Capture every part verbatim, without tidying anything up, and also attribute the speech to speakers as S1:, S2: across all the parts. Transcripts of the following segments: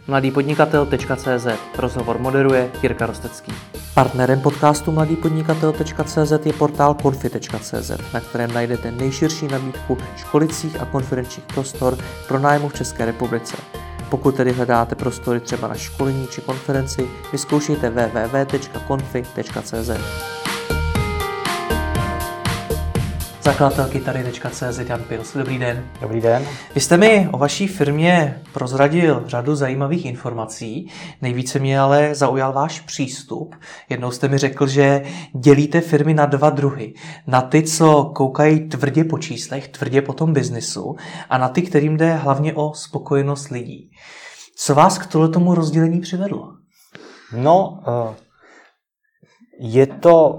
S1: mladý podnikatel tečka cé zet. Rozhovor moderuje Jirka Rostecký. Partnerem podcastu mladý podnikatel tečka cé zet je portál konfi tečka cé zet, na kterém najdete nejširší nabídku školicích a konferenčních prostor pro nájmu v České republice. Pokud tedy hledáte prostory třeba na školení či konferenci, vyzkoušejte w w w tečka konfi tečka cé zet. Zakladatel kytary tečka cé zet Jan Pils. Dobrý den.
S2: Dobrý den.
S1: Vy jste mi o vaší firmě prozradil řadu zajímavých informací. Nejvíce mě ale zaujal váš přístup. Jednou jste mi řekl, že dělíte firmy na dva druhy. Na ty, co koukají tvrdě po číslech, tvrdě po tom biznisu, a na ty, kterým jde hlavně o spokojenost lidí. Co vás k tomu rozdělení přivedlo?
S2: No, je to...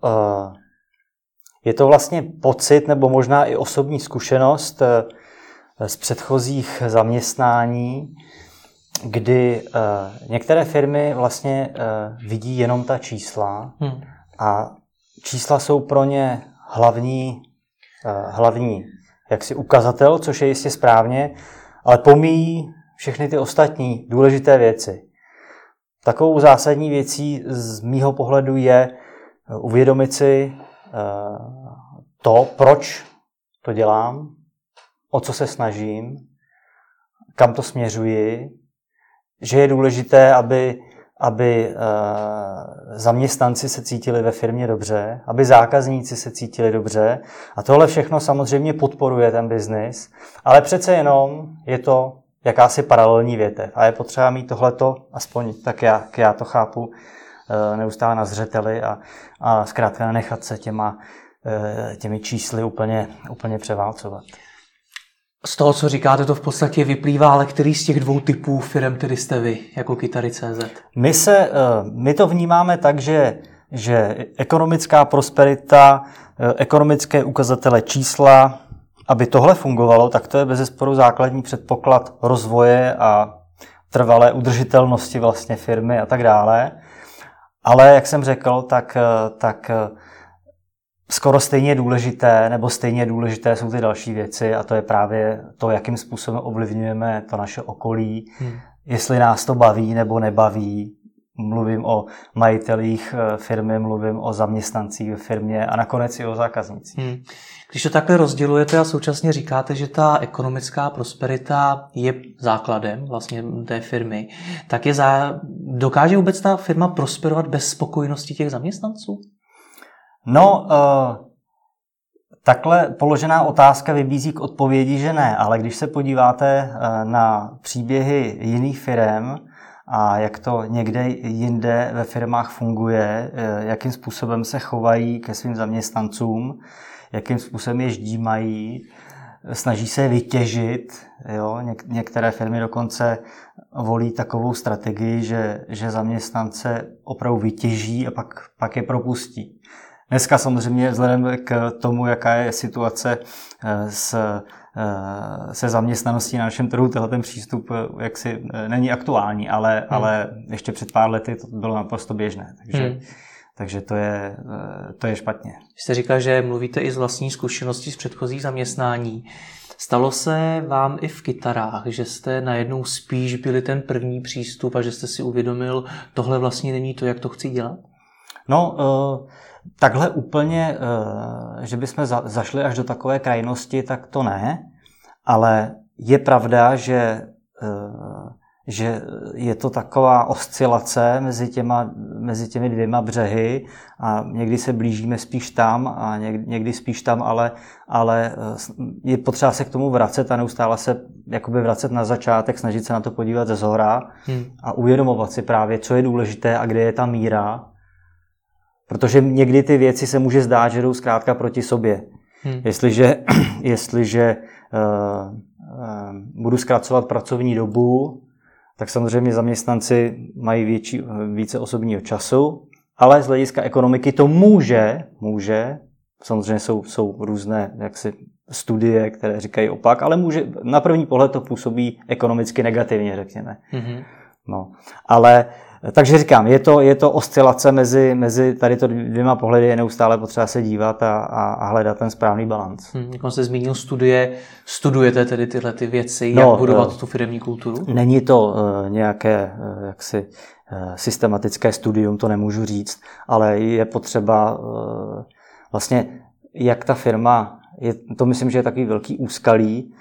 S2: Je to vlastně pocit nebo možná i osobní zkušenost z předchozích zaměstnání, kdy některé firmy vlastně vidí jenom ta čísla hmm. a čísla jsou pro ně hlavní, hlavní jaksi ukazatel, což je jistě správně, ale pomíjí všechny ty ostatní důležité věci. Takovou zásadní věcí z mýho pohledu je uvědomit si to, proč to dělám, o co se snažím, kam to směřuji, že je důležité, aby, aby zaměstnanci se cítili ve firmě dobře, aby zákazníci se cítili dobře. A tohle všechno samozřejmě podporuje ten biznis, ale přece jenom je to jakási paralelní větev. A je potřeba mít tohleto, aspoň tak já, já to chápu, neustále na zřeteli a, a zkrátka nenechat se těma, těmi čísly úplně, úplně převálcovat.
S1: Z toho, co říkáte, to v podstatě vyplývá, ale který z těch dvou typů firem tedy jste vy, jako kytary tečka cé zet?
S2: My, se, my to vnímáme tak, že, že ekonomická prosperita, ekonomické ukazatele čísla, aby tohle fungovalo, tak to je bezesporu základní předpoklad rozvoje a trvalé udržitelnosti vlastně firmy a tak dále. Ale jak jsem řekl, tak, tak skoro stejně důležité, nebo stejně důležité jsou ty další věci, a to je právě to, jakým způsobem ovlivňujeme to naše okolí, hmm. jestli nás to baví nebo nebaví. Mluvím o majitelích firmy, mluvím o zaměstnancích ve firmě a nakonec i o zákaznicích. Hmm.
S1: Když to takhle rozdělujete a současně říkáte, že ta ekonomická prosperita je základem vlastně té firmy, tak je za... dokáže vůbec ta firma prosperovat bez spokojenosti těch zaměstnanců?
S2: No, uh, takhle položená otázka vybízí k odpovědi, že ne, ale když se podíváte uh, na příběhy jiných firem, a jak to někde jinde ve firmách funguje, jakým způsobem se chovají ke svým zaměstnancům, jakým způsobem je ždímají, snaží se vytěžit. Jo? Něk- některé firmy dokonce volí takovou strategii, že, že zaměstnance opravdu vytěží a pak, pak je propustí. Dneska samozřejmě vzhledem k tomu, jaká je situace s se zaměstnaností na našem trhu, tenhle ten přístup jaksi není aktuální, ale, hmm. ale ještě před pár lety to bylo naprosto běžné. Takže, hmm. takže to, je, to je špatně.
S1: Jste říkal, že mluvíte i z vlastní zkušenosti z předchozích zaměstnání. Stalo se vám i v kytarách, že jste najednou spíš byli ten první přístup a že jste si uvědomil, tohle vlastně není to, jak to chci dělat?
S2: No, uh... Takhle úplně, že bychom zašli až do takové krajnosti, tak to ne, ale je pravda, že, že je to taková oscilace mezi, těma, mezi těmi dvěma břehy a někdy se blížíme spíš tam a někdy spíš tam, ale, ale je potřeba se k tomu vracet a neustále se jakoby vracet na začátek, snažit se na to podívat ze zhora hmm. a uvědomovat si právě, co je důležité a kde je ta míra. Protože někdy ty věci se může zdát, že jdou zkrátka proti sobě. Hmm. Jestliže, jestliže uh, uh, budu zkracovat pracovní dobu, tak samozřejmě zaměstnanci mají větší, více osobního času, ale z hlediska ekonomiky to může, může, samozřejmě jsou, jsou různé jaksi, studie, které říkají opak, ale může, na první pohled to působí ekonomicky negativně, řekněme. Hmm. No. Ale takže říkám, je to, je to oscilace mezi, mezi tady to dvěma pohledy, je neustále potřeba se dívat a, a, a hledat ten správný balanc.
S1: Hmm, jak jste zmínil studie, studujete tedy tyhle ty věci, no, jak budovat tu firemní kulturu?
S2: Není to uh, nějaké uh, jaksi uh, systematické studium, to nemůžu říct, ale je potřeba uh, vlastně, jak ta firma, je, to myslím, že je takový velký úskalí.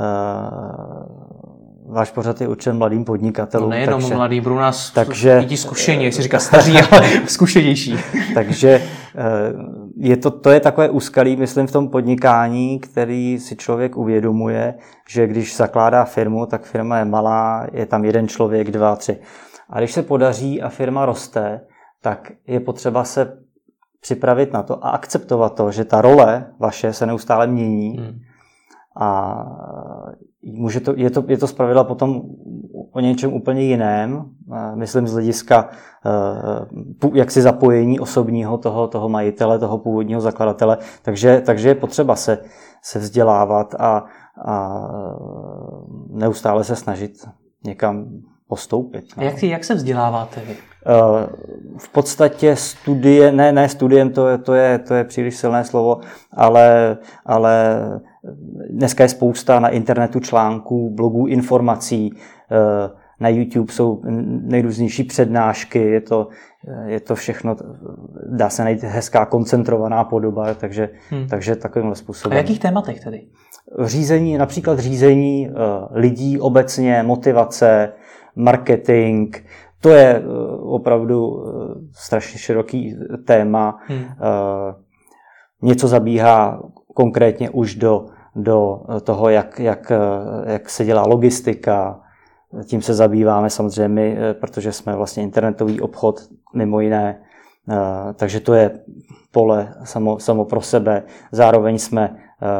S2: Uh, Váš pořad je určen mladým podnikatelům.
S1: No nejenom
S2: takže,
S1: mladým, budou nás
S2: takže,
S1: ti zkušení, jak si říká staří, ale zkušenější.
S2: Takže je to, to je takové úskalí, myslím, v tom podnikání, který si člověk uvědomuje, že když zakládá firmu, tak firma je malá, je tam jeden člověk, dva, tři. A když se podaří a firma roste, tak je potřeba se připravit na to a akceptovat to, že ta role vaše se neustále mění. Hmm. A může to, je, to, je to zpravidla potom o něčem úplně jiném, myslím z hlediska jaksi zapojení osobního toho, toho majitele, toho původního zakladatele, takže, takže je potřeba se, se vzdělávat a, a neustále se snažit někam postoupit.
S1: A jak, jak se vzděláváte vy?
S2: V podstatě studie, ne, ne studiem, to je, to je, to je příliš silné slovo, ale, ale dneska je spousta na internetu článků, blogů, informací, na YouTube jsou nejrůznější přednášky, je to, je to všechno, dá se najít hezká koncentrovaná podoba, takže, hmm. takže takovýmhle způsobem.
S1: A jakých tématech tedy?
S2: Řízení, například řízení lidí obecně, motivace, marketing, to je opravdu strašně široký téma. Hmm. Něco zabíhá konkrétně už do, do toho, jak, jak, jak se dělá logistika. Tím se zabýváme samozřejmě, protože jsme vlastně internetový obchod, mimo jiné. Takže to je pole samo, samo pro sebe. Zároveň jsme,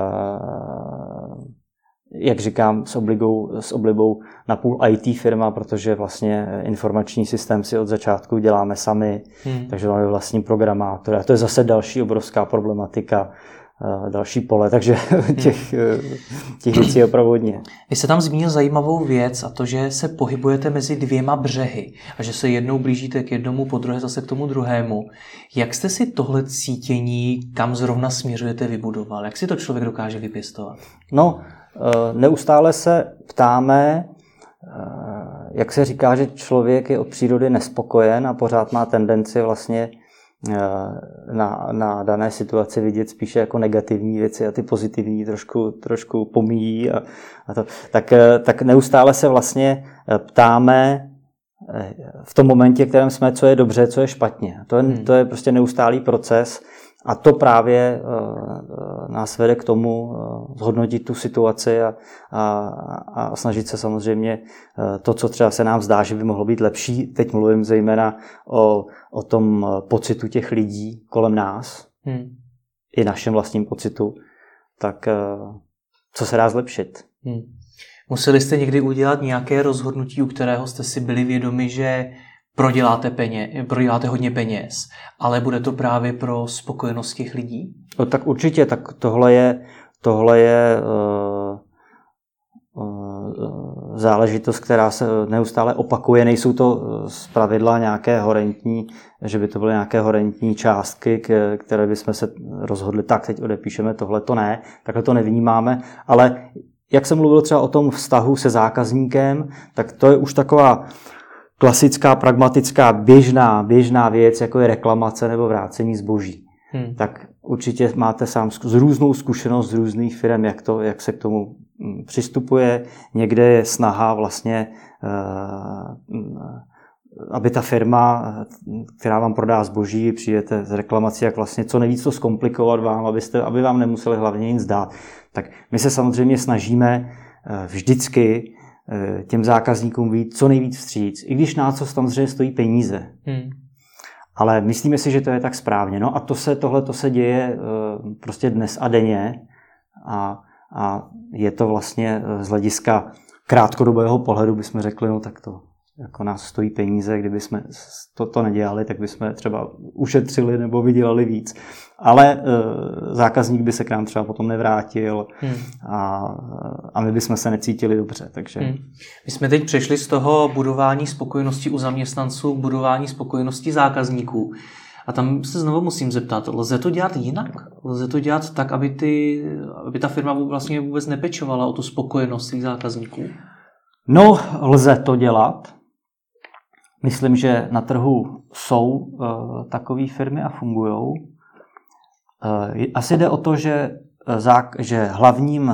S2: jak říkám, s oblibou, s oblibou napůl í té firma, protože vlastně informační systém si od začátku děláme sami, hmm. takže máme vlastní programátor. A to je zase další obrovská problematika, další pole, takže těch, těch věcí je opravdu hodně.
S1: Vy jste tam zmínil zajímavou věc a to, že se pohybujete mezi dvěma břehy a že se jednou blížíte k jednomu, po druhé zase k tomu druhému. Jak jste si tohle cítění, kam zrovna směřujete, vybudoval? Jak si to člověk dokáže vypěstovat?
S2: No, neustále se ptáme, jak se říká, že člověk je od přírody nespokojen a pořád má tendenci vlastně na, na dané situaci vidět spíše jako negativní věci a ty pozitivní trošku, trošku pomíjí. A, a to. Tak, tak neustále se vlastně ptáme v tom momentě, v kterém jsme, co je dobře, co je špatně. To je, hmm. to je prostě neustálý proces a to právě uh, nás vede k tomu uh, zhodnotit tu situaci a, a, a snažit se samozřejmě uh, to, co třeba se nám zdá, že by mohlo být lepší. Teď mluvím zejména o, o tom pocitu těch lidí kolem nás, hmm. i našem vlastním pocitu, tak uh, co se dá zlepšit.
S1: Hmm. Museli jste někdy udělat nějaké rozhodnutí, u kterého jste si byli vědomi, že proděláte, peně, proděláte hodně peněz, ale bude to právě pro spokojenost těch lidí?
S2: No, tak určitě, tak tohle je, tohle je uh, uh, záležitost, která se neustále opakuje. Nejsou to zpravidla nějaké horentní, že by to byly nějaké horentní částky, které bychom se rozhodli, tak teď odepíšeme tohle, to ne, takhle to nevnímáme, ale jak jsem mluvil třeba o tom vztahu se zákazníkem, tak to je už taková klasická, pragmatická, běžná, běžná věc, jako je reklamace nebo vrácení zboží. Hmm. Tak určitě máte sám z různou zkušenost z různých firm, jak, to, jak se k tomu přistupuje. Někde je snaha vlastně, aby ta firma, která vám prodá zboží, přijdete z reklamací, jak vlastně co nejvíc to zkomplikovat vám, abyste, aby vám nemuseli hlavně nic dát. Tak my se samozřejmě snažíme vždycky těm zákazníkům vyjít co nejvíc vstříc, i když nás to samozřejmě stojí peníze. Hmm. Ale myslíme si, že to je tak správně. No a to se, tohle to se děje prostě dnes a denně a, a je to vlastně z hlediska krátkodobého pohledu, bychom řekli, no tak to jako nás stojí peníze, kdyby jsme toto nedělali, tak bychom třeba ušetřili nebo vydělali víc. Ale e, zákazník by se k nám třeba potom nevrátil hmm. a, a my bychom se necítili dobře. Takže... Hmm.
S1: My jsme teď přešli z toho budování spokojenosti u zaměstnanců k budování spokojenosti zákazníků. A tam se znovu musím zeptat, lze to dělat jinak? Lze to dělat tak, aby, ty, aby ta firma vlastně vůbec nepečovala o tu spokojenost svých zákazníků?
S2: No, lze to dělat. Myslím, že na trhu jsou uh, takové firmy a fungují. Uh, asi jde o to, že, zák- že hlavním uh,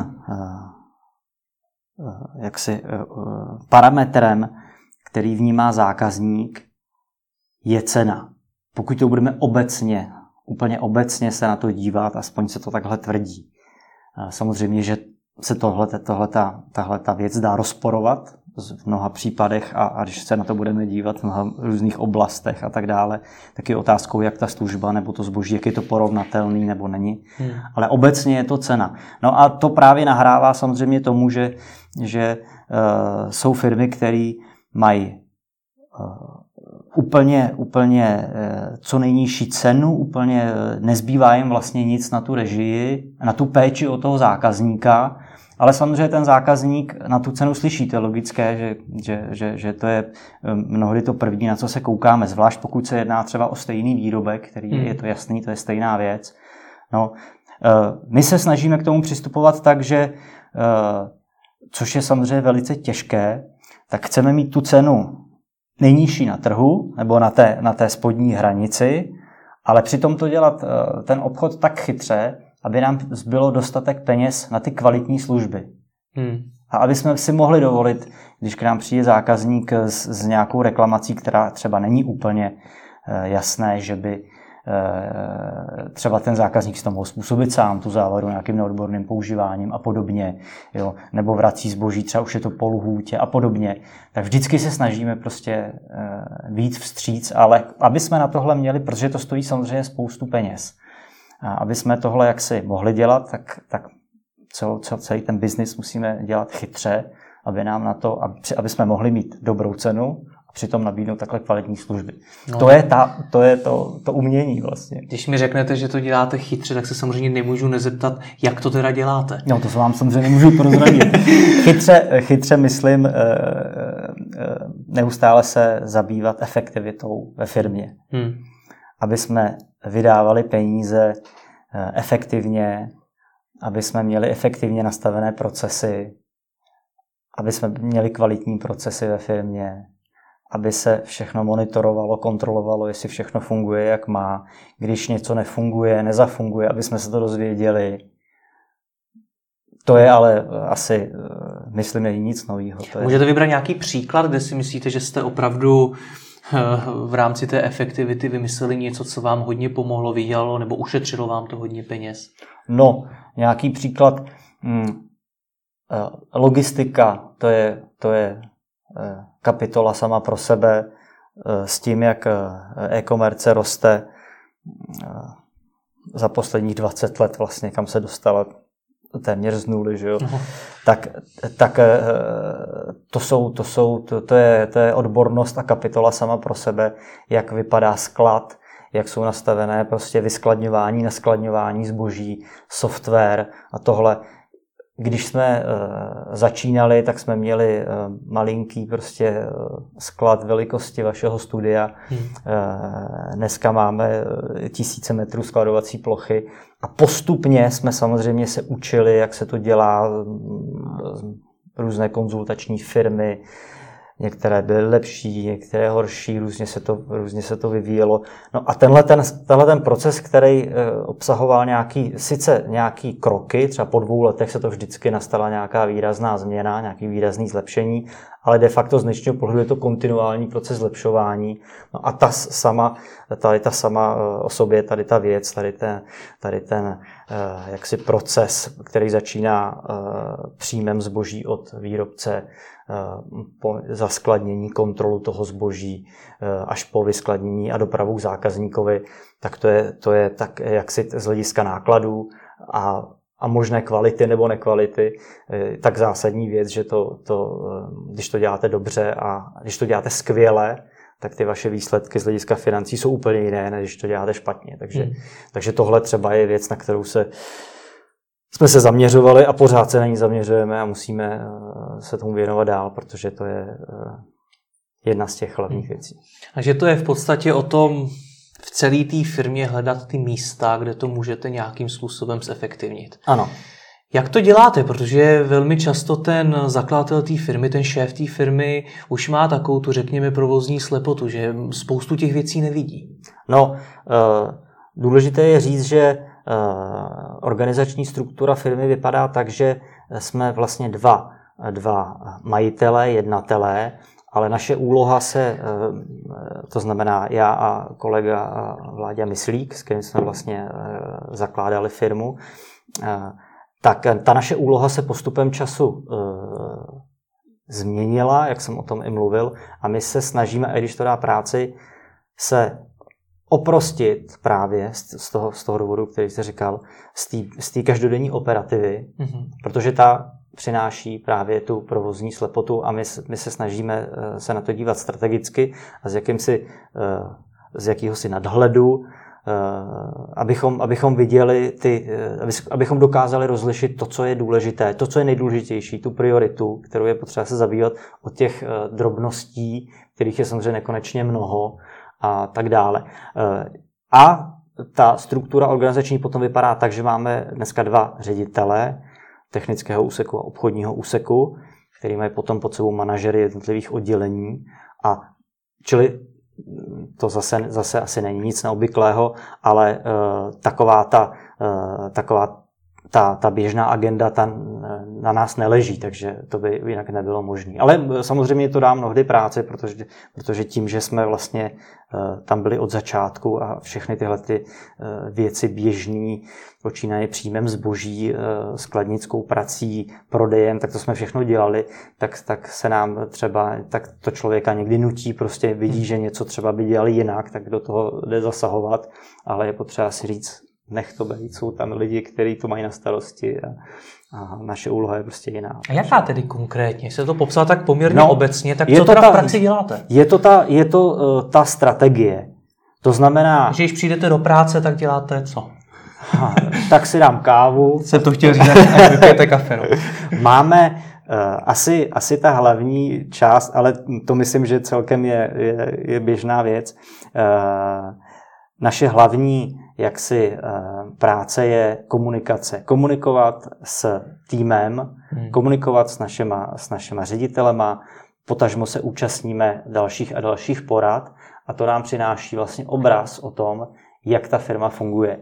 S2: uh, jaksi, uh, parametrem, který vnímá zákazník, je cena. Pokud to budeme obecně, úplně obecně se na to dívat, aspoň se to takhle tvrdí. Uh, samozřejmě, že se tohleta, tohleta, tahleta věc dá rozporovat v mnoha případech a, a když se na to budeme dívat v mnoha různých oblastech a tak dále, tak je otázkou, jak ta služba nebo to zboží, jak je to porovnatelný nebo není. Hmm. Ale obecně je to cena. No a to právě nahrává samozřejmě tomu, že, že uh, jsou firmy, které mají uh, úplně, úplně uh, co nejnižší cenu, úplně uh, nezbývá jim vlastně nic na tu režii, na tu péči o toho zákazníka. Ale samozřejmě ten zákazník na tu cenu slyší, to je logické, že, že, že, že to je mnohdy to první, na co se koukáme, zvlášť pokud se jedná třeba o stejný výrobek, který hmm. je to jasný, to je stejná věc. No, my se snažíme k tomu přistupovat tak, že, což je samozřejmě velice těžké, tak chceme mít tu cenu nejnižší na trhu, nebo na té, na té spodní hranici, ale přitom to dělat ten obchod tak chytře, aby nám zbylo dostatek peněz na ty kvalitní služby. Hmm. A aby jsme si mohli dovolit, když k nám přijde zákazník s, s nějakou reklamací, která třeba není úplně e, jasné, že by e, třeba ten zákazník si to mohl způsobit sám, tu závadu nějakým neodborným používáním a podobně, jo, nebo vrací zboží, třeba už je to po lhůtě a podobně. Tak vždycky se snažíme prostě e, víc vstříc, ale aby jsme na tohle měli, protože to stojí samozřejmě spoustu peněz. A aby jsme tohle jaksi mohli dělat, tak, tak celou, celý ten biznis musíme dělat chytře, aby nám na to, aby, aby jsme mohli mít dobrou cenu a přitom nabídnout takhle kvalitní služby. No. To je, ta, to, je to, to umění vlastně.
S1: Když mi řeknete, že to děláte chytře, tak se samozřejmě nemůžu nezeptat, jak to teda děláte.
S2: No to se vám samozřejmě nemůžu prozradit. chytře, chytře myslím neustále se zabývat efektivitou ve firmě. Hmm. Aby jsme vydávali peníze efektivně, aby jsme měli efektivně nastavené procesy, aby jsme měli kvalitní procesy ve firmě, aby se všechno monitorovalo, kontrolovalo, jestli všechno funguje, jak má. Když něco nefunguje, nezafunguje, aby jsme se to dozvěděli. To je ale asi, myslím, není nic nového.
S1: Můžete vybrat nějaký příklad, kde si myslíte, že jste opravdu v rámci té efektivity vymysleli něco, co vám hodně pomohlo, vydělalo nebo ušetřilo vám to hodně peněz?
S2: No, nějaký příklad. Hmm, logistika, to je, to je kapitola sama pro sebe s tím, jak e-commerce roste za posledních dvacet let vlastně, kam se dostala téměř z nuly, že jo? Uh-huh. Tak, tak to, jsou, to, jsou, to, to, je, to je odbornost a kapitola sama pro sebe, jak vypadá sklad, jak jsou nastavené prostě vyskladňování, naskladňování zboží, software a tohle. Když jsme uh, začínali, tak jsme měli uh, malinký prostě uh, sklad velikosti vašeho studia. Hmm. Uh, dneska máme uh, tisíce metrů skladovací plochy a postupně jsme samozřejmě se učili, jak se to dělá, uh, různé konzultační firmy, některé byly lepší, některé horší, různě se to, různě se to vyvíjelo. No a tenhle ten, tenhle ten proces, který obsahoval nějaký, sice nějaký kroky, třeba po dvou letech se to vždycky nastala nějaká výrazná změna, nějaký výrazný zlepšení, ale de facto z dnešního pohledu je to kontinuální proces zlepšování. No a ta sama, tady ta sama o sobě, tady ta věc, tady ten, tady ten jaksi proces, který začíná příjmem zboží od výrobce, po zaskladnění, kontrolu toho zboží až po vyskladnění a dopravu k zákazníkovi, tak to je, to je tak jaksi z hlediska nákladů a a možné kvality nebo nekvality, tak zásadní věc, že to, to, když to děláte dobře a když to děláte skvěle, tak ty vaše výsledky z hlediska financí jsou úplně jiné, než když to děláte špatně. Takže, hmm. takže tohle třeba je věc, na kterou se, jsme se zaměřovali a pořád se na ní zaměřujeme a musíme se tomu věnovat dál, protože to je jedna z těch hlavních hmm. věcí.
S1: Takže to je v podstatě o tom v celé té firmě hledat ty místa, kde to můžete nějakým způsobem zefektivnit.
S2: Ano.
S1: Jak to děláte? Protože velmi často ten zakladatel té firmy, ten šéf té firmy už má takovou tu, řekněme, provozní slepotu, že spoustu těch věcí nevidí.
S2: No, důležité je říct, že organizační struktura firmy vypadá tak, že jsme vlastně dva, dva majitelé, jednatelé, ale naše úloha se, to znamená já a kolega Vláďa Myslík, s kterým jsme vlastně zakládali firmu, tak ta naše úloha se postupem času e, změnila, jak jsem o tom i mluvil, a my se snažíme, i když to dá práci, se oprostit právě z toho, z toho důvodu, který jste říkal, z té každodenní operativy, mm-hmm. protože ta přináší právě tu provozní slepotu a my, my se snažíme se na to dívat strategicky a z, jakýmsi, z jakýhosi nadhledu, abychom, abychom viděli ty, abychom dokázali rozlišit to, co je důležité, to, co je nejdůležitější, tu prioritu, kterou je potřeba se zabývat od těch drobností, kterých je samozřejmě nekonečně mnoho a tak dále. A ta struktura organizační potom vypadá tak, že máme dneska dva ředitele technického úseku a obchodního úseku, který mají potom pod sebou manažery jednotlivých oddělení. A čili to zase, zase asi není nic neobvyklého, ale uh, taková, ta, uh, taková ta, ta běžná agenda ta na nás neleží, takže to by jinak nebylo možné. Ale samozřejmě to dá mnohdy práci, protože, protože tím, že jsme vlastně uh, tam byli od začátku a všechny tyhle ty, uh, věci běžný, počínaje příjmem zboží, uh, skladnickou prací, prodejem, tak to jsme všechno dělali, tak, tak se nám třeba, tak to člověka někdy nutí, prostě vidí, že něco třeba by dělali jinak, tak do toho jde zasahovat, ale je potřeba si říct, nech to být, jsou tam lidi, kteří to mají na starosti a, a naše úloha je prostě jiná.
S1: A jaká tedy konkrétně? Jste to popsal tak poměrně
S2: no,
S1: obecně, tak co teda ta, v praxi děláte?
S2: Je to, ta, je to uh, ta strategie. To znamená...
S1: Že když přijdete do práce, tak děláte co?
S2: Ha, tak si dám kávu.
S1: Jsem to chtěl říct, až vypijete kafe. No.
S2: Máme uh, asi, asi ta hlavní část, ale to myslím, že celkem je, je, je běžná věc. Uh, naše hlavní jaksi práce je komunikace. Komunikovat s týmem, hmm. komunikovat s našima, s našima ředitelema, potažmo se účastníme dalších a dalších porad a to nám přináší vlastně obraz o tom, jak ta firma funguje.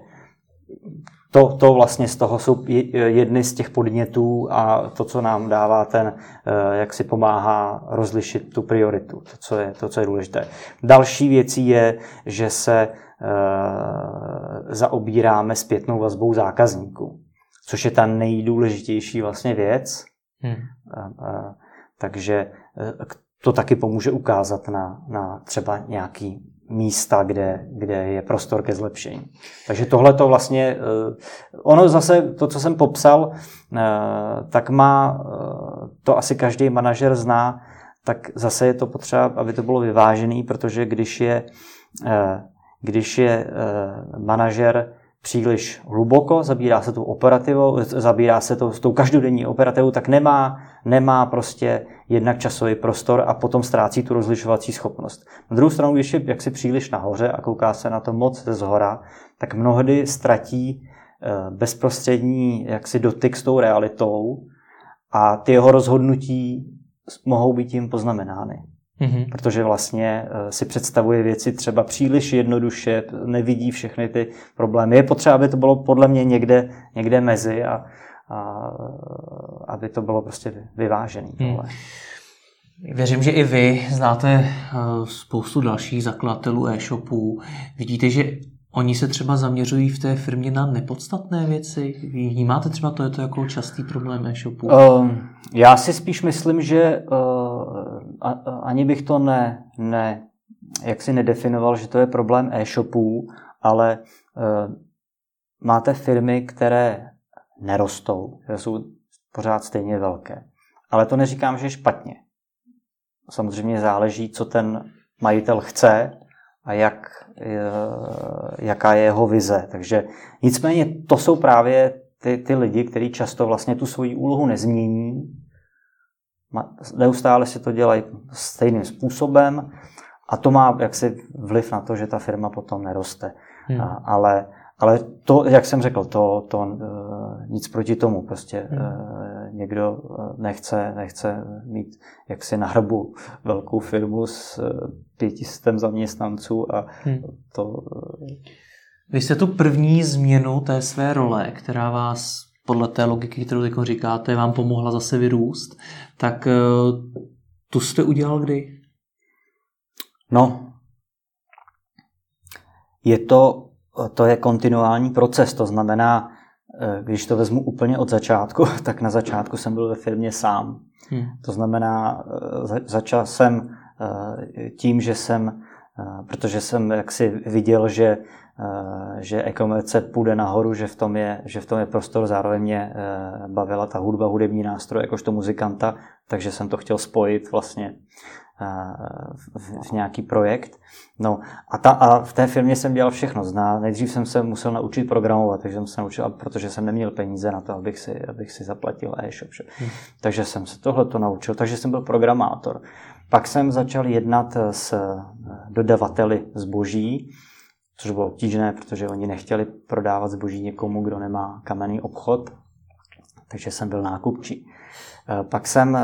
S2: To, to vlastně z toho jsou jedny z těch podnětů a to, co nám dává ten, jak si pomáhá rozlišit tu prioritu, to, co je, to, co je důležité. Další věcí je, že se zaobíráme zpětnou vazbou zákazníků, což je ta nejdůležitější vlastně věc. Hmm. Takže to taky pomůže ukázat na, na třeba nějaký místa, kde, kde je prostor ke zlepšení. Takže tohle to vlastně, ono zase, to, co jsem popsal, tak má, to asi každý manažer zná, tak zase je to potřeba, aby to bylo vyvážený, protože když je Když je manažer příliš hluboko, zabírá se tou operativou, zabírá se to, s tou každodenní operativou, tak nemá, nemá prostě jednak časový prostor a potom ztrácí tu rozlišovací schopnost. Na druhou stranu, když je jaksi příliš nahoře a kouká se na to moc ze zhora, tak mnohdy ztratí bezprostřední jaksi dotyk s tou realitou a ty jeho rozhodnutí mohou být tím poznamenány. Mm-hmm. Protože vlastně si představuje věci třeba příliš jednoduše, nevidí všechny ty problémy. Je potřeba, aby to bylo podle mě někde, někde mezi a, a aby to bylo prostě vyvážené. Mm.
S1: Věřím, že i vy znáte spoustu dalších zakladatelů e-shopů. Vidíte, že oni se třeba zaměřují v té firmě na nepodstatné věci? Vnímáte třeba to, je to jako častý problém e-shopů?
S2: Uh, já si spíš myslím, že uh, ani bych to ne, ne, jak si nedefinoval, že to je problém e-shopů, ale uh, máte firmy, které nerostou, že jsou pořád stejně velké. Ale to neříkám, že je špatně. Samozřejmě záleží, co ten majitel chce a jak, jaká je jeho vize. Takže nicméně to jsou právě ty, ty lidi, kteří často vlastně tu svoji úlohu nezmění. Neustále si to dělají stejným způsobem a to má jaksi vliv na to, že ta firma potom neroste. Hmm. A, ale, ale to, jak jsem řekl, to, to uh, nic proti tomu. Prostě hmm. uh, někdo nechce, nechce mít jaksi na hrbu velkou firmu s uh, pětistem zaměstnanců a hmm. to... Uh...
S1: Vy jste tu první změnu té své role, která vás podle té logiky, kterou teď říkáte, vám pomohla zase vyrůst, tak uh, tu jste udělal kdy?
S2: No, je to, to je kontinuální proces, to znamená, když to vezmu úplně od začátku, tak na začátku jsem byl ve firmě sám. Hmm. To znamená, začal jsem tím, že jsem, protože jsem jaksi viděl, že, že e-commerce půjde nahoru, že v tom je, že v tom je prostor, zároveň mě bavila ta hudba, hudební nástroj, jakožto muzikanta, takže jsem to chtěl spojit vlastně v, v nějaký projekt. No a, ta, a v té firmě jsem dělal všechno. Zná, nejdřív jsem se musel naučit programovat, takže jsem se naučil, protože jsem neměl peníze na to, abych si, abych si zaplatil e-shop. Hmm. Takže jsem se tohleto naučil, takže jsem byl programátor. Pak jsem začal jednat s dodavateli zboží, což bylo obtížné, protože oni nechtěli prodávat zboží někomu, kdo nemá kamenný obchod, takže jsem byl nákupčí. Pak jsem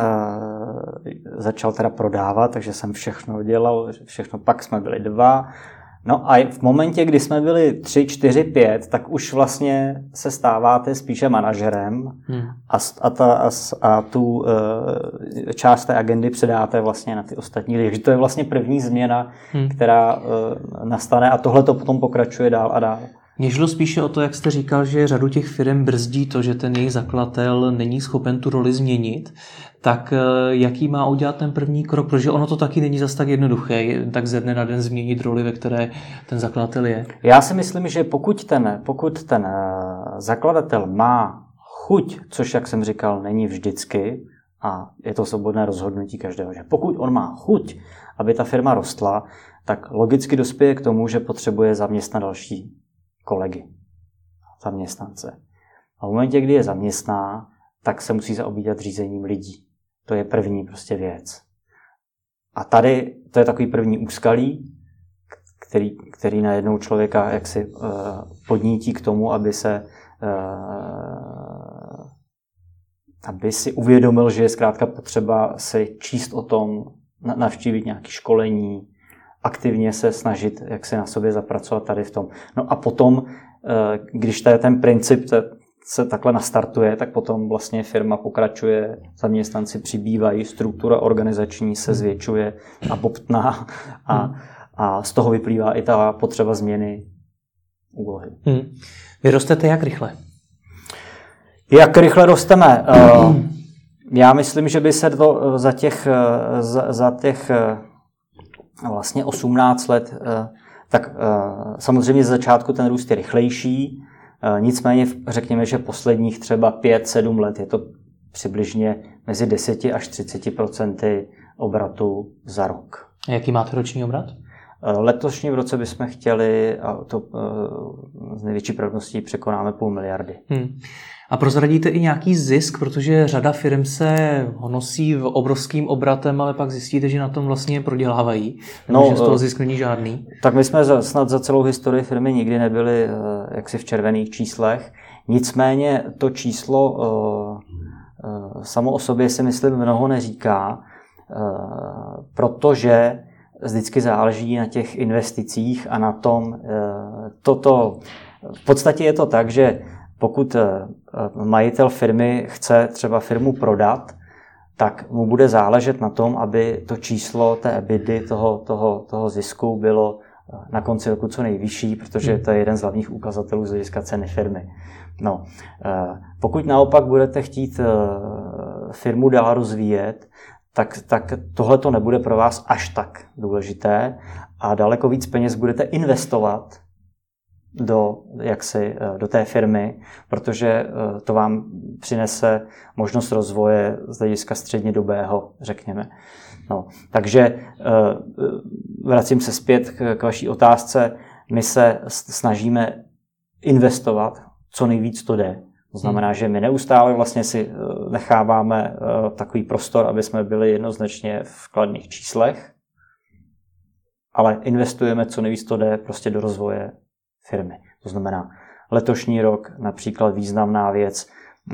S2: začal teda prodávat, takže jsem všechno dělal, všechno, pak jsme byli dva. No a v momentě, kdy jsme byli tři, čtyři, pět, tak už vlastně se stáváte spíše manažerem hmm. a, a, ta, a, a tu uh, část té agendy předáte vlastně na ty ostatní lidi. Takže to je vlastně první změna, hmm. která uh, nastane a tohle to potom pokračuje dál a dál.
S1: Mně šlo spíše o to, jak jste říkal, že řadu těch firm brzdí to, že ten jejich zakladatel není schopen tu roli změnit, tak jaký má udělat ten první krok, protože ono to taky není zas tak jednoduché, tak ze dne na den změnit roli, ve které ten zakladatel je.
S2: Já si myslím, že pokud ten, pokud ten zakladatel má chuť, což, jak jsem říkal, není vždycky, a je to svobodné rozhodnutí každého, že pokud on má chuť, aby ta firma rostla, tak logicky dospěje k tomu, že potřebuje zaměstnat další kolegy, zaměstnance. A v momentě, kdy je zaměstná, tak se musí zaobírat řízením lidí. To je první prostě věc. A tady to je takový první úskalí, který, který najednou člověka jaksi uh, podnítí k tomu, aby se uh, aby si uvědomil, že je zkrátka potřeba se číst o tom, navštívit nějaké školení, aktivně se snažit, jak se na sobě zapracovat tady v tom. No a potom, když ten princip se takhle nastartuje, tak potom vlastně firma pokračuje, zaměstnanci přibývají, struktura organizační se zvětšuje a bobtná a, a z toho vyplývá i ta potřeba změny úlohy.
S1: Hmm. Vy rostete jak rychle?
S2: Jak rychle rosteme? Já myslím, že by se to za těch, za, za těch vlastně osmnáct let, tak samozřejmě z začátku ten růst je rychlejší, nicméně řekněme, že posledních třeba pět sedm let je to přibližně mezi deset až třicet procent obratu za rok.
S1: A jaký máte roční obrat?
S2: Letošním roce bychom chtěli, a to z největší pravděpodobností překonáme půl miliardy. Hmm.
S1: A prozradíte i nějaký zisk, protože řada firm se honosí v obrovským obratem, ale pak zjistíte, že na tom vlastně prodělávají, no, že z toho zisk není žádný.
S2: Tak my jsme za, snad za celou historii firmy nikdy nebyli jaksi v červených číslech. Nicméně to číslo uh, uh, samo o sobě si myslím mnoho neříká, uh, protože vždycky záleží na těch investicích a na tom, uh, toto, v podstatě je to tak, že pokud majitel firmy chce třeba firmu prodat, tak mu bude záležet na tom, aby to číslo té EBITDA, toho, toho, toho zisku bylo na konci roku co nejvyšší, protože to je jeden z hlavních ukazatelů z hlediska ceny firmy. No, pokud naopak budete chtít firmu dál rozvíjet, tak, tak tohle to nebude pro vás až tak důležité a daleko víc peněz budete investovat do, jaksi, do té firmy, protože to vám přinese možnost rozvoje z hlediska střednědobého, řekněme. No, takže vracím se zpět k vaší otázce. My se snažíme investovat, co nejvíc to jde. To znamená, že my neustále vlastně si necháváme takový prostor, aby jsme byli jednoznačně v kladných číslech, ale investujeme, co nejvíc to jde, prostě do rozvoje firmy. To znamená, letošní rok například významná věc,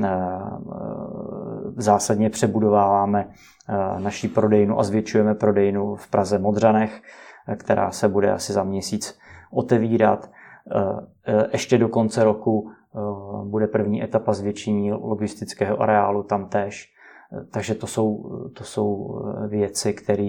S2: zásadně přebudováváme naší prodejnu a zvětšujeme prodejnu v Praze Modřanech, která se bude asi za měsíc otevírat. Ještě do konce roku bude první etapa zvětšení logistického areálu tam též. Takže to jsou, to jsou věci, které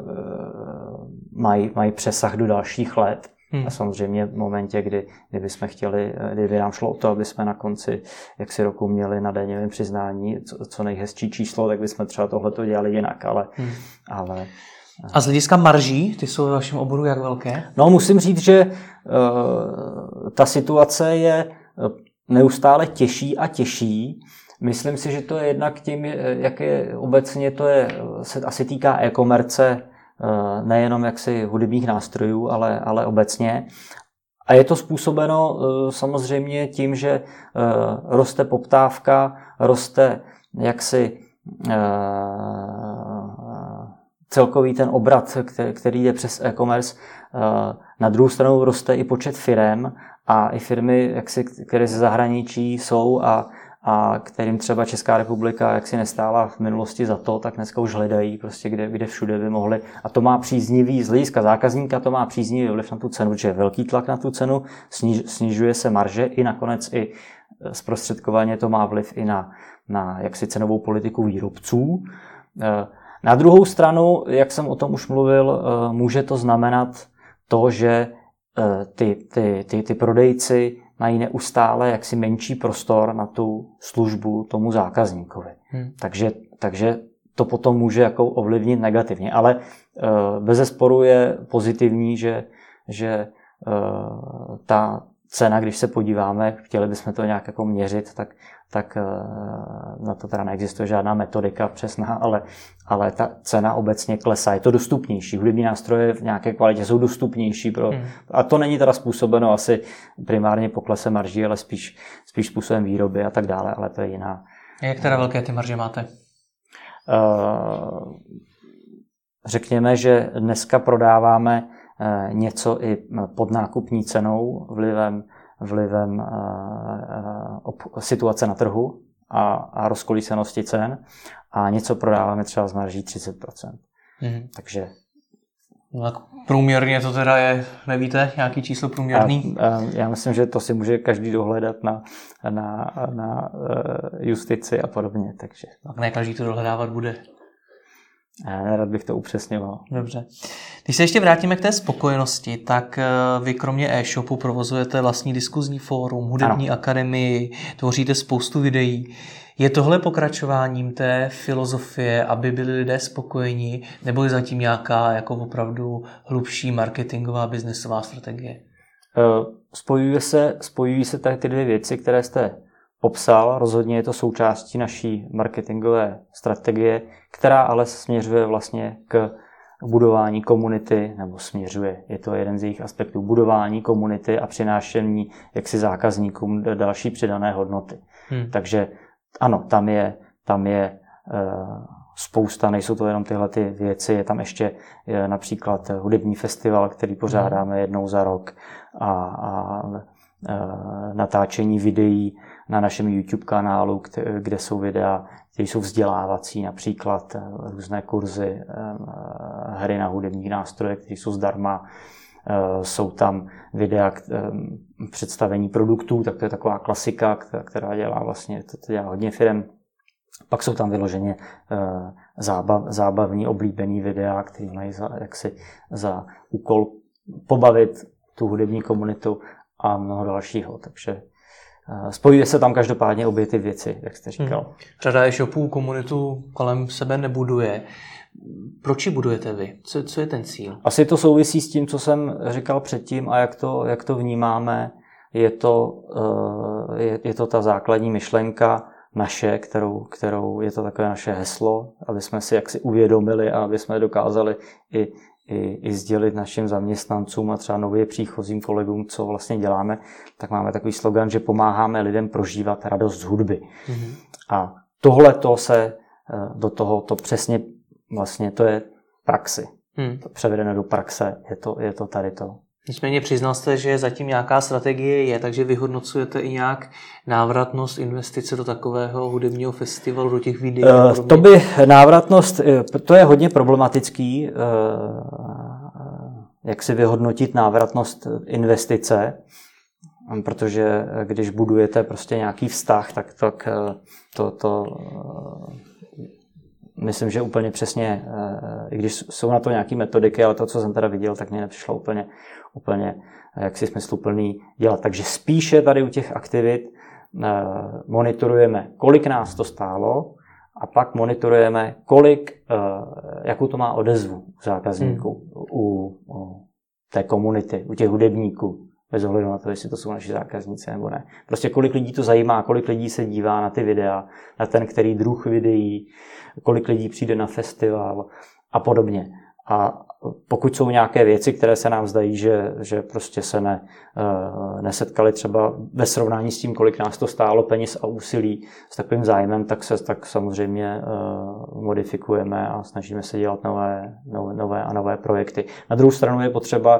S2: mají, mají přesah do dalších let. Hmm. A samozřejmě v momentě, kdy, kdyby jsme chtěli, kdyby nám šlo o to, aby jsme na konci jaksi roku měli na daňovém přiznání co, co nejhezčí číslo, tak bychom třeba tohleto dělali jinak. Ale, hmm. ale
S1: A z hlediska marží, ty jsou ve vašem oboru jak velké?
S2: No, musím říct, že uh, ta situace je neustále těžší a těžší. Myslím si, že to je jednak tím, jak je obecně to je, se asi týká e-komerce, uh, nejenom jaksi hudebních nástrojů, ale, ale obecně. A je to způsobeno uh, samozřejmě tím, že uh, roste poptávka, roste jaksi uh, celkový ten obrat, který jde přes e-commerce. Na druhou stranu roste i počet firem a i firmy, jaksi, které ze zahraničí jsou a, a kterým třeba Česká republika jaksi nestála v minulosti za to, tak dneska už hledají, prostě kde, kde všude by mohli. A to má příznivý, z hlediska zákazníka, to má příznivý vliv na tu cenu, protože je velký tlak na tu cenu, sniž, snižuje se marže i nakonec i zprostředkovaně to má vliv i na, na jaksi cenovou politiku výrobců. Na druhou stranu, jak jsem o tom už mluvil, může to znamenat to, že ty, ty, ty, ty prodejci mají neustále jaksi menší prostor na tu službu tomu zákazníkovi. Hmm. Takže, takže to potom může jako ovlivnit negativně. Ale bezesporu je pozitivní, že, že ta cena, když se podíváme, chtěli bychom to nějak jako měřit, tak, tak na to teda neexistuje žádná metodika přesná, ale, ale ta cena obecně klesá. Je to dostupnější. Hudební nástroje v nějaké kvalitě jsou dostupnější. Pro, hmm. A to není teda způsobeno asi primárně poklesem marží, ale spíš, spíš způsobem výroby a tak dále, ale to je jiná.
S1: Jak teda velké ty marže máte?
S2: Uh, řekněme, že dneska prodáváme něco i pod nákupní cenou vlivem, vlivem uh, situace na trhu a, a rozkolísanosti cen a něco prodáváme třeba z marží třicet procent. Mm. Takže
S1: no, tak průměrně to teda je, nevíte, nějaký číslo průměrný?
S2: Já, já myslím, že to si může každý dohledat na, na, na justici a podobně. Takže.
S1: Tak ne každý to dohledávat bude.
S2: Nerad bych to upřesňoval.
S1: Dobře. Když se ještě vrátíme k té spokojenosti, tak vy kromě e-shopu provozujete vlastní diskuzní fórum, hudební ano. akademii, tvoříte spoustu videí. Je tohle pokračováním té filozofie, aby byli lidé spokojení, nebo je zatím nějaká jako opravdu hlubší marketingová biznesová strategie?
S2: Spojují se, spojují se tady ty dvě věci, které jste popsal. Rozhodně je to součástí naší marketingové strategie, která ale směřuje vlastně k budování komunity, nebo směřuje, je to jeden z jejich aspektů, budování komunity a přinášení jaksi zákazníkům další přidané hodnoty. Hmm. Takže ano, tam je, tam je uh, spousta, nejsou to jenom tyhle ty věci, je tam ještě je například hudební festival, který pořádáme jednou za rok a, a uh, natáčení videí na našem YouTube kanálu, kde jsou videa, které jsou vzdělávací, například různé kurzy, hry na hudební nástroje, které jsou zdarma. Jsou tam videa k představení produktů, tak to je taková klasika, která dělá vlastně, to dělá hodně firem. Pak jsou tam vyloženě zábav, zábavní, oblíbený videa, které mají za, jaksi, za úkol pobavit tu hudební komunitu a mnoho dalšího. Takže spojuje se tam každopádně obě ty věci, jak jste říkal. Hmm.
S1: Řada e-shopů komunitu kolem sebe nebuduje. Proč ji budujete vy? Co, co je ten cíl?
S2: Asi to souvisí s tím, co jsem říkal předtím a jak to, jak to vnímáme je to, je, je to ta základní myšlenka naše, kterou, kterou je to takové naše heslo, aby jsme si jaksi uvědomili a aby jsme dokázali i, i, i sdělit našim zaměstnancům a třeba nově příchozím kolegům, co vlastně děláme, tak máme takový slogan, že pomáháme lidem prožívat radost z hudby. Mm-hmm. A tohle to se do toho, to přesně vlastně to je praxi. Hmm. To převedené do praxe, je to, je to tady to.
S1: Nicméně přiznal jste, že zatím nějaká strategie je, takže vyhodnocujete i nějak návratnost investice do takového hudebního festivalu, do těch videí?
S2: Uh, to by návratnost, to je hodně problematický, uh, jak si vyhodnotit návratnost investice, protože když budujete prostě nějaký vztah, tak, tak to, to myslím, že úplně přesně, i když jsou na to nějaké metodiky, ale to, co jsem teda viděl, tak mě nepřišlo úplně, úplně jaksi smysluplný dělat. Takže spíše tady u těch aktivit monitorujeme, kolik nás to stálo, a pak monitorujeme, kolik, jakou to má odezvu u zákazníků, hmm. u, u té komunity, u těch hudebníků, bez ohledu na to, jestli to jsou naši zákazníci nebo ne. Prostě kolik lidí to zajímá, kolik lidí se dívá na ty videa, na ten který druh videí, kolik lidí přijde na festival a podobně. A pokud jsou nějaké věci, které se nám zdají, že, že prostě se ne, nesetkali třeba ve srovnání s tím, kolik nás to stálo peněz a úsilí s takovým zájmem, tak se tak samozřejmě modifikujeme a snažíme se dělat nové, nové a nové projekty. Na druhou stranu je potřeba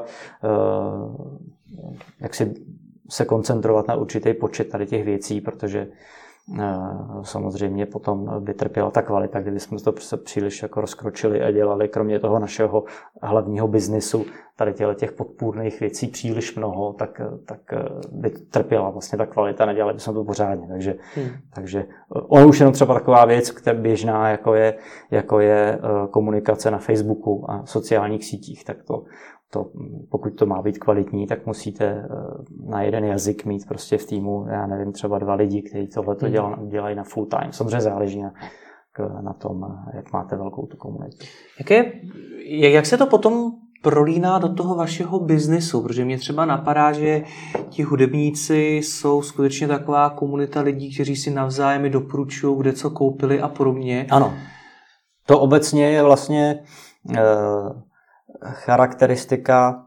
S2: jak si se koncentrovat na určitý počet tady těch věcí, protože samozřejmě potom by trpěla ta kvalita, kdyby jsme to příliš jako rozkročili a dělali kromě toho našeho hlavního biznisu tady těch podpůrných věcí příliš mnoho, tak, tak by trpěla vlastně ta kvalita, nedělali bychom to pořádně. Takže, hmm. takže ono už jenom třeba taková věc, která běžná, jako je, jako je komunikace na Facebooku a sociálních sítích, tak to To, pokud to má být kvalitní, tak musíte na jeden jazyk mít prostě v týmu, já nevím, třeba dva lidi, kteří tohle to dělají, dělají na full time. Samozřejmě záleží na, na tom, jak máte velkou tu komunitu.
S1: Jak, je, jak se to potom prolíná do toho vašeho biznesu? Protože mě třeba napadá, že ti hudebníci jsou skutečně taková komunita lidí, kteří si navzájem doporučují, kde co koupili a podobně.
S2: Ano. To obecně je vlastně Uh, charakteristika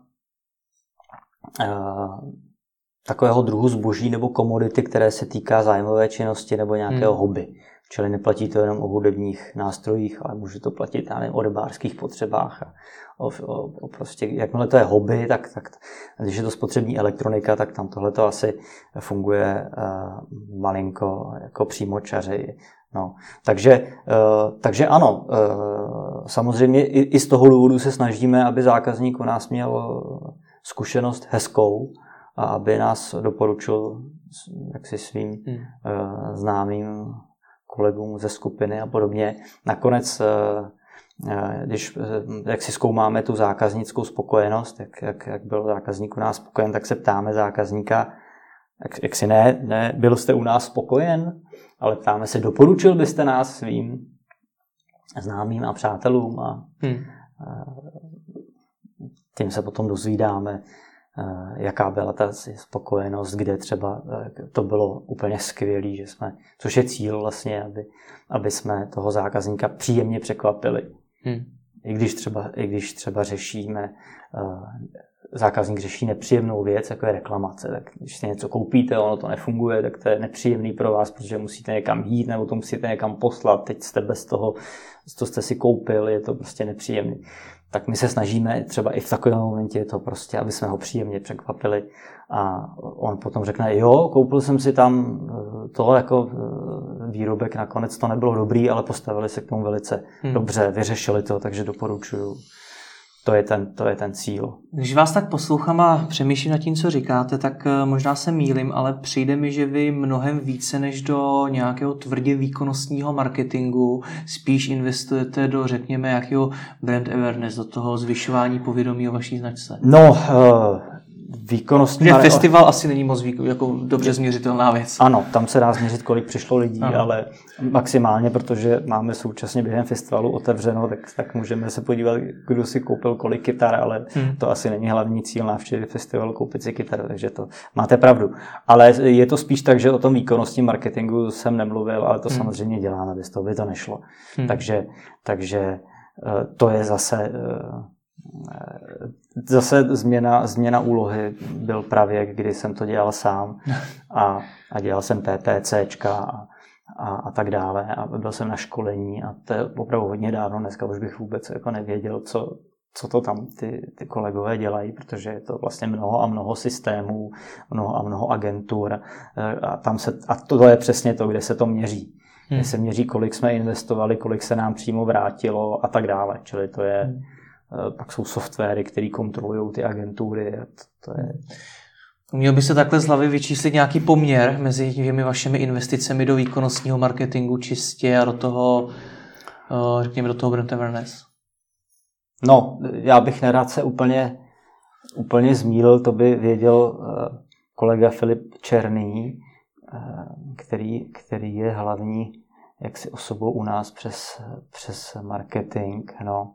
S2: uh, takového druhu zboží nebo komodity, které se týká zájmové činnosti nebo nějakého hmm. hobby. Čili neplatí to jenom o hudebních nástrojích, ale může to platit, já nevím, o rybářských potřebách. A o, o, o prostě, jakmile to je hobby, tak, tak když je to spotřební elektronika, tak tam tohle to asi funguje uh, malinko jako přímočaři. No, takže, uh, takže ano, uh, samozřejmě i, i z toho důvodu se snažíme, aby zákazník u nás měl zkušenost hezkou a aby nás doporučil jaksi svým hmm. uh, známým kolegům ze skupiny a podobně. Nakonec, uh, když uh, jak si zkoumáme tu zákaznickou spokojenost, jak, jak, jak byl zákazník u nás spokojen, tak se ptáme zákazníka, jak, jak si ne, ne, byl jste u nás spokojen? Ale ptáme se, doporučil byste nás svým známým a přátelům a hmm. tím se potom dozvídáme, jaká byla ta spokojenost, kde třeba to bylo úplně skvělý, že jsme, což je cíl vlastně, aby, aby jsme toho zákazníka příjemně překvapili. Hmm. I když třeba, i když třeba řešíme zákazník řeší nepříjemnou věc, jako je reklamace. Tak když si něco koupíte, ono to nefunguje, tak to je nepříjemný pro vás, protože musíte někam jít nebo to musíte někam poslat. Teď jste bez toho, co jste si koupil, je to prostě nepříjemný. Tak my se snažíme třeba i v takovém momentě to prostě, aby jsme ho příjemně překvapili a on potom řekne, jo, koupil jsem si tam to jako výrobek, nakonec to nebylo dobrý, ale postavili se k tomu velice hmm. dobře, vyřešili to, takže doporučuju. To je, ten, to je ten cíl.
S1: Když vás tak poslouchám a přemýšlím nad tím, co říkáte, tak možná se mýlím, ale přijde mi, že vy mnohem více než do nějakého tvrdě výkonnostního marketingu spíš investujete do, řekněme, jakého brand awareness, do toho zvyšování povědomí o vaší značce.
S2: No, výkonnostní...
S1: Že festival asi není moc výkon, jako dobře změřitelná věc.
S2: Ano, tam se dá změřit, kolik přišlo lidí,
S1: ano.
S2: ale maximálně, protože máme současně během festivalu otevřeno, tak, tak můžeme se podívat, kdo si koupil kolik kytar, ale hmm. to asi není hlavní cíl návštěvy festivalu koupit si kytar, takže to máte pravdu. Ale je to spíš tak, že o tom výkonnostním marketingu jsem nemluvil, ale to hmm. samozřejmě děláme, bez toho by to nešlo. Hmm. Takže, takže to je zase... Zase změna, změna úlohy byl pravěk, kdy jsem to dělal sám a, a dělal jsem PPCčka a, a, a tak dále a byl jsem na školení a to je opravdu hodně dávno, dneska už bych vůbec jako nevěděl, co, co to tam ty, ty kolegové dělají, protože je to vlastně mnoho a mnoho systémů, mnoho a mnoho agentur a, tam se, a to je přesně to, kde se to měří. Hmm. Kde se měří, kolik jsme investovali, kolik se nám přímo vrátilo a tak dále, čili to je hmm. Pak jsou softwary, které kontrolují ty agentury. A to, to je...
S1: Měl by se takhle z hlavy vyčíslit nějaký poměr mezi těmi vašimi investicemi do výkonnostního marketingu čistě a do toho, řekněme, do toho brand awareness?
S2: No, já bych nerad se úplně, úplně zmýlil, to by věděl kolega Filip Černý, který, který je hlavní jaksi osobou u nás přes, přes marketing. No.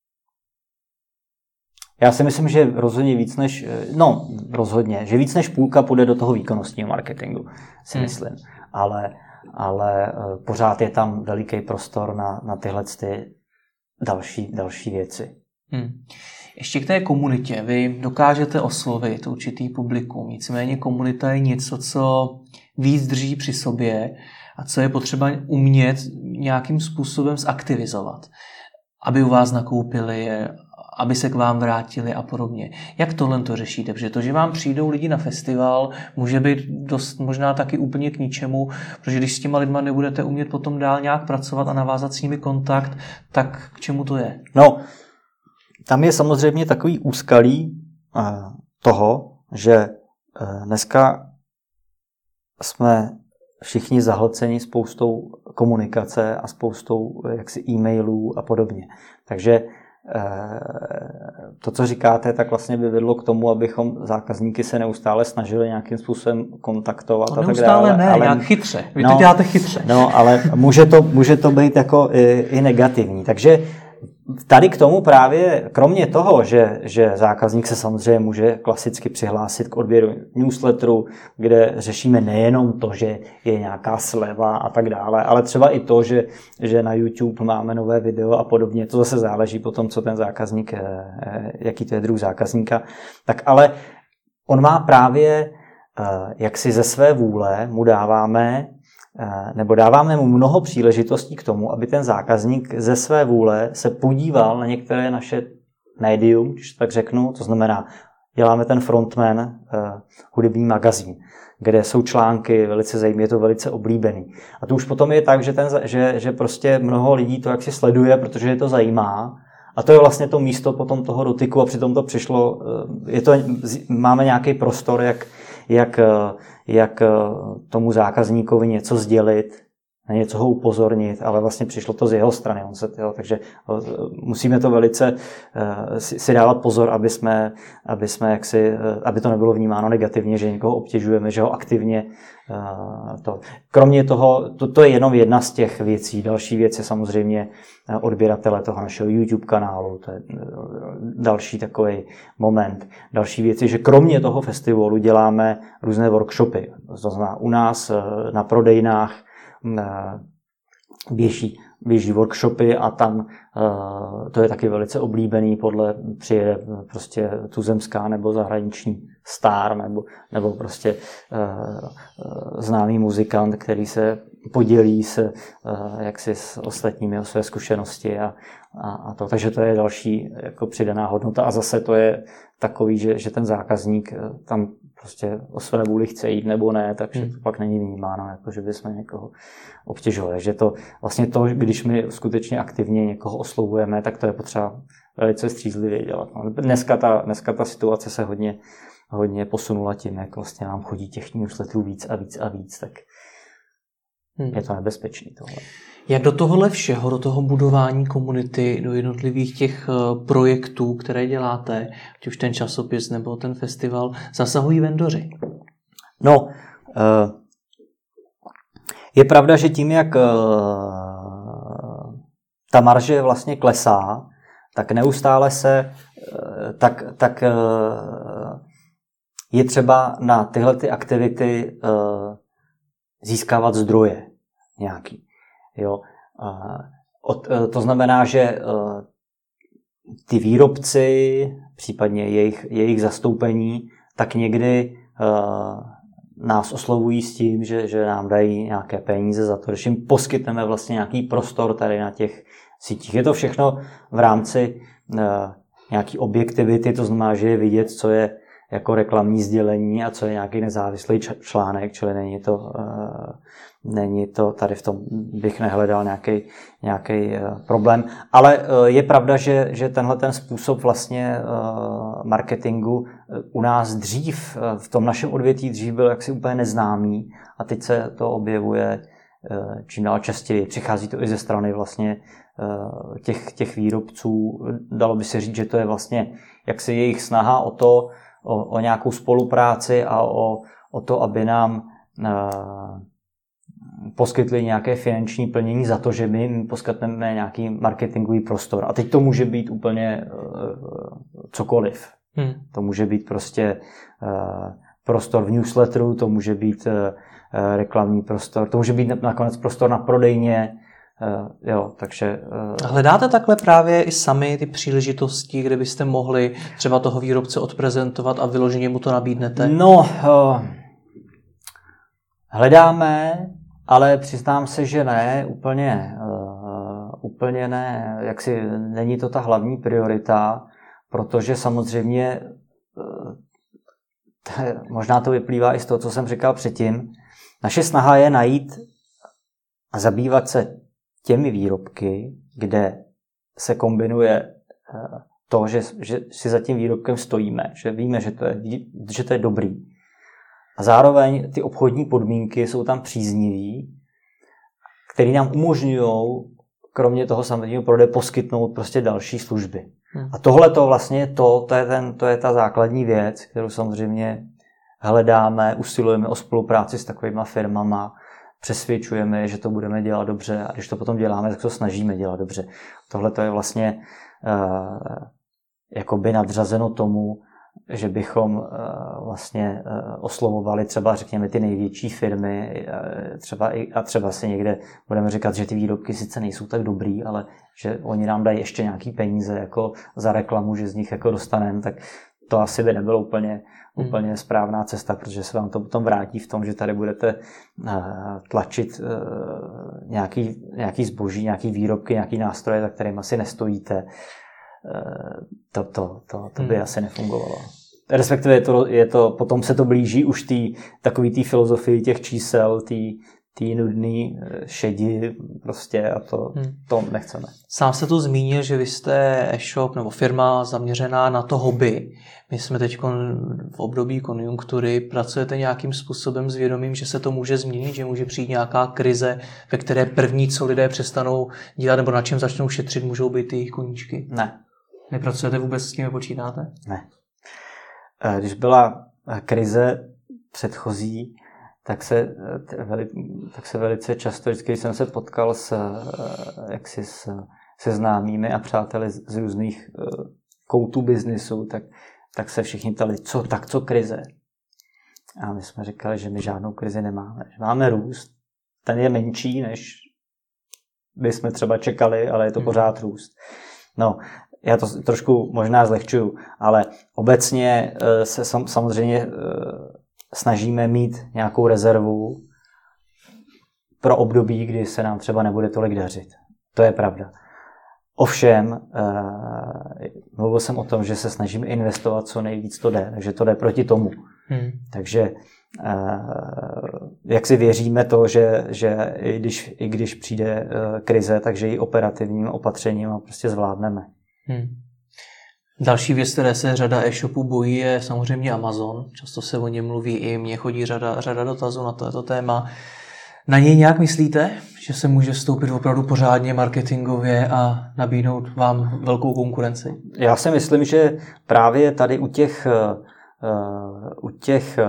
S2: Já si myslím, že rozhodně víc než, no rozhodně, že víc než půlka půjde do toho výkonnostního marketingu, si hmm. myslím. Ale, ale pořád je tam veliký prostor na, na tyhle ty další, další věci.
S1: Hmm. Ještě k té komunitě. Vy dokážete oslovit určitý publikum. Nicméně komunita je něco, co víc drží při sobě a co je potřeba umět nějakým způsobem zaktivizovat, aby u vás nakoupili, aby se k vám vrátili a podobně. Jak tohle to řešíte? Protože to, že vám přijdou lidi na festival, může být dost možná taky úplně k ničemu, protože když s těma lidma nebudete umět potom dál nějak pracovat a navázat s nimi kontakt, tak k čemu to je?
S2: No, tam je samozřejmě takový úskalí toho, že dneska jsme všichni zahlceni spoustou komunikace a spoustou jaksi e-mailů a podobně. Takže to, co říkáte, tak vlastně by vedlo k tomu, abychom zákazníky se neustále snažili nějakým způsobem kontaktovat
S1: no,
S2: a tak dále.
S1: Ne,
S2: ale
S1: nějak chytře. Vy
S2: no,
S1: to děláte chytře.
S2: No, ale může to, může to být jako i, i negativní. Takže tady k tomu právě, kromě toho, že, že zákazník se samozřejmě může klasicky přihlásit k odběru newsletteru, kde řešíme nejenom to, že je nějaká sleva a tak dále, ale třeba i to, že, že na YouTube máme nové video a podobně. To zase záleží potom, co ten zákazník, jaký to je druh zákazníka. Tak ale on má právě, jak si ze své vůle mu dáváme nebo dáváme mu mnoho příležitostí k tomu, aby ten zákazník ze své vůle se podíval na některé naše médium, když tak řeknu, to znamená, děláme ten Frontman, uh, hudební magazín, kde jsou články, velice zajímavé, je to velice oblíbený. A to už potom je tak, že, ten, že, že prostě mnoho lidí to jaksi sleduje, protože je to zajímá. A to je vlastně to místo potom toho dotyku a přitom to přišlo, uh, je to, máme nějaký prostor, jak jak, jak tomu zákazníkovi něco sdělit, na něco ho upozornit, ale vlastně přišlo to z jeho strany. On se, jo, takže musíme to velice uh, si, si dávat pozor, aby jsme, aby jsme jaksi, uh, aby to nebylo vnímáno negativně, že někoho obtěžujeme, že ho aktivně uh, to. Kromě toho, to, to je jenom jedna z těch věcí. Další věc je samozřejmě odběratele toho našeho YouTube kanálu. To je další takový moment. Další věc je, že kromě toho festivalu děláme různé workshopy. To znamená u nás na prodejnách běží, běží workshopy a tam to je taky velice oblíbený, podle přijede prostě tuzemská nebo zahraniční star nebo, nebo prostě známý muzikant, který se podělí se jaksi s ostatními o své zkušenosti a, a, a to. Takže to je další jako přidaná hodnota a zase to je takový, že, že ten zákazník tam prostě o své vůli chce jít nebo ne, takže to pak není vnímáno, jako že bychom někoho obtěžovali. Že to vlastně to, když my skutečně aktivně někoho oslovujeme, tak to je potřeba velice střízlivě dělat. Dneska ta, dneska ta situace se hodně, hodně posunula tím, jak vlastně nám chodí těch newsletterů víc a víc a víc, tak Hmm. Je to nebezpečný tohle.
S1: Jak do tohohle všeho, do toho budování komunity, do jednotlivých těch projektů, které děláte, ať už ten časopis nebo ten festival, zasahují vendoři?
S2: No, je pravda, že tím, jak ta marže vlastně klesá, tak neustále se, tak, tak je třeba na tyhle ty aktivity získávat zdroje nějaký. Jo. To znamená, že ty výrobci, případně jejich, jejich zastoupení, tak někdy nás oslovují s tím, že, že nám dají nějaké peníze za to, když jim poskytneme vlastně nějaký prostor tady na těch sítích. Je to všechno v rámci nějaký objektivity, to znamená, že je vidět, co je jako reklamní sdělení a co je nějaký nezávislý článek, čili není to, uh, není to tady v tom bych nehledal nějaký, nějaký uh, problém. Ale uh, je pravda, že, že tenhle ten způsob vlastně uh, marketingu uh, u nás dřív, uh, v tom našem odvětví dřív byl jaksi úplně neznámý a teď se to objevuje uh, čím dál častěji. Přichází to i ze strany vlastně uh, těch, těch výrobců. Dalo by se říct, že to je vlastně jaksi jejich snaha o to, O, o nějakou spolupráci a o, o to, aby nám uh, poskytli nějaké finanční plnění za to, že my jim poskytneme nějaký marketingový prostor. A teď to může být úplně uh, cokoliv. Hmm. To může být prostě uh, prostor v newsletteru, to může být uh, reklamní prostor, to může být nakonec prostor na prodejně. Uh, jo, takže,
S1: uh... Hledáte takhle právě i sami ty příležitosti, kde byste mohli třeba toho výrobce odprezentovat a vyloženě mu to nabídnete?
S2: No, uh, hledáme, ale přiznám se, že ne, úplně, uh, úplně ne, jaksi není to ta hlavní priorita, protože samozřejmě uh, t- možná to vyplývá i z toho, co jsem říkal předtím. Naše snaha je najít a zabývat se těmi výrobky, kde se kombinuje to, že, že si za tím výrobkem stojíme, že víme, že to je, že to je dobrý. A zároveň ty obchodní podmínky jsou tam příznivý, které nám umožňují, kromě toho samotného prodeje, poskytnout prostě další služby. Hmm. A tohle to vlastně to, to je, ten, to je ta základní věc, kterou samozřejmě hledáme, usilujeme o spolupráci s takovýma firmama, přesvědčujeme, že to budeme dělat dobře a když to potom děláme, tak to snažíme dělat dobře. Tohle to je vlastně uh, jakoby nadřazeno tomu, že bychom uh, vlastně uh, oslovovali třeba, řekněme, ty největší firmy uh, třeba i, a třeba si někde budeme říkat, že ty výrobky sice nejsou tak dobrý, ale že oni nám dají ještě nějaký peníze jako za reklamu, že z nich jako dostaneme, tak to asi by nebylo úplně úplně správná cesta, protože se vám to potom vrátí v tom, že tady budete tlačit nějaký, nějaký zboží, nějaký výrobky, nějaký nástroje, za kterým asi nestojíte. To, to, to, to by hmm. asi nefungovalo. Respektive je to, je to, potom se to blíží už tý, takový té filozofii těch čísel, tý, tý nudný šedi prostě a to, hmm. to nechceme.
S1: Sám jste tu zmínil, že vy jste e-shop nebo firma zaměřená na to hobby. My jsme teď v období konjunktury, pracujete nějakým způsobem s vědomím, že se to může změnit, že může přijít nějaká krize, ve které první, co lidé přestanou dělat nebo na čem začnou šetřit, můžou být ty jejich koníčky?
S2: Ne.
S1: Nepracujete vůbec s tím, počítáte?
S2: Ne. Když byla krize předchozí, tak se, tak se velice často, vždycky jsem se potkal s, jaksi s, se známými a přáteli z, z různých koutů biznisu, tak, tak se všichni ptali, co, tak co krize? A my jsme říkali, že my žádnou krizi nemáme. Že máme růst, ten je menší, než bychom třeba čekali, ale je to pořád růst. No, já to trošku možná zlehčuju, ale obecně se sam, samozřejmě snažíme mít nějakou rezervu pro období, kdy se nám třeba nebude tolik dařit. To je pravda. Ovšem, mluvil jsem o tom, že se snažíme investovat, co nejvíc to jde, takže to jde proti tomu. Hmm. Takže jak si věříme to, že, že i, když, i když přijde krize, takže ji operativním opatřením prostě zvládneme. Hmm.
S1: Další věc, které se řada e-shopů bojí, je samozřejmě Amazon. Často se o něm mluví, i mně chodí řada, řada dotazů na toto téma. Na něj nějak myslíte, že se může vstoupit opravdu pořádně marketingově a nabídnout vám velkou konkurenci?
S2: Já si myslím, že právě tady u těch, u těch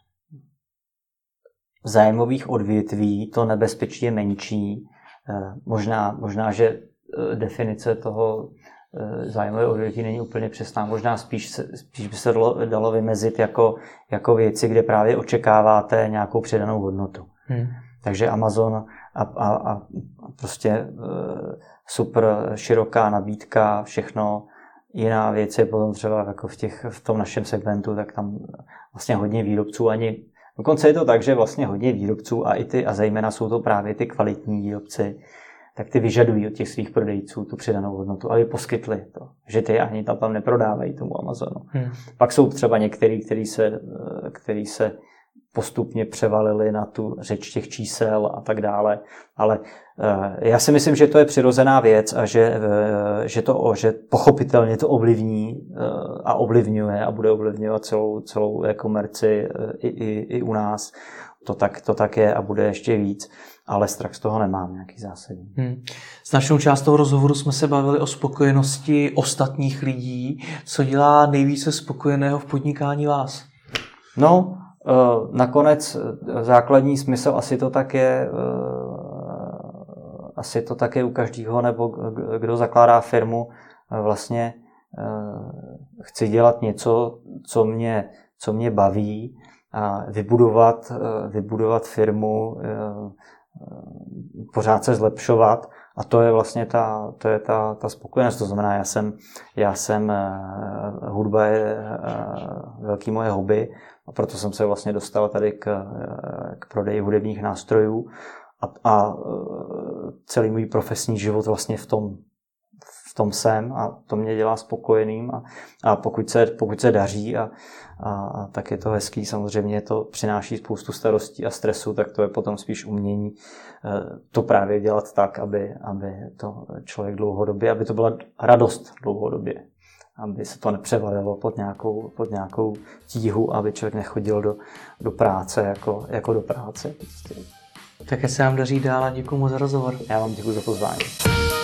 S2: zájmových odvětví to nebezpečí je menší. Možná, možná, že definice toho zájmové odvětví není úplně přesná. Možná spíš, se, spíš by se dalo, dalo vymezit jako, jako věci, kde právě očekáváte nějakou přidanou hodnotu. Hmm. Takže Amazon a, a, a prostě e, super široká nabídka, všechno. Jiná věc je potom třeba jako v, těch, v tom našem segmentu, tak tam vlastně hodně výrobců ani. Dokonce je to tak, že vlastně hodně výrobců a i ty, a zejména jsou to právě ty kvalitní výrobci, tak ty vyžadují od těch svých prodejců tu přidanou hodnotu, aby poskytli to, že ty ani tam, tam neprodávají tomu Amazonu. Hmm. Pak jsou třeba některý, který se, který se postupně převalili na tu řeč těch čísel a tak dále, ale já si myslím, že to je přirozená věc a že, že, to, že pochopitelně to ovlivní a ovlivňuje a bude ovlivňovat celou, celou e-komerci i, i, i u nás. To tak, to tak je a bude ještě víc, ale strach z toho nemám nějaký zásadní. Hmm.
S1: Značnou část toho rozhovoru jsme se bavili o spokojenosti ostatních lidí. Co dělá nejvíce spokojeného v podnikání vás?
S2: No, nakonec základní smysl asi to tak je, asi to tak je u každého, nebo kdo zakládá firmu, vlastně chci dělat něco, co mě, co mě baví, a vybudovat, vybudovat firmu, pořád se zlepšovat a to je vlastně ta, to je ta, ta spokojenost. To znamená, já jsem, já jsem hudba je velký moje hobby a proto jsem se vlastně dostal tady k, k prodeji hudebních nástrojů a, a celý můj profesní život vlastně v tom v tom jsem a to mě dělá spokojeným a, a pokud, se, pokud se daří a, a, a tak je to hezký, samozřejmě to přináší spoustu starostí a stresu, tak to je potom spíš umění to právě dělat tak, aby, aby to člověk dlouhodobě, aby to byla radost dlouhodobě, aby se to nepřevalilo pod nějakou, pod nějakou tíhu, aby člověk nechodil do, do práce jako, jako do práce.
S1: Tak se vám daří dál a děkuji mu za rozhovor.
S2: Já vám děkuji za pozvání.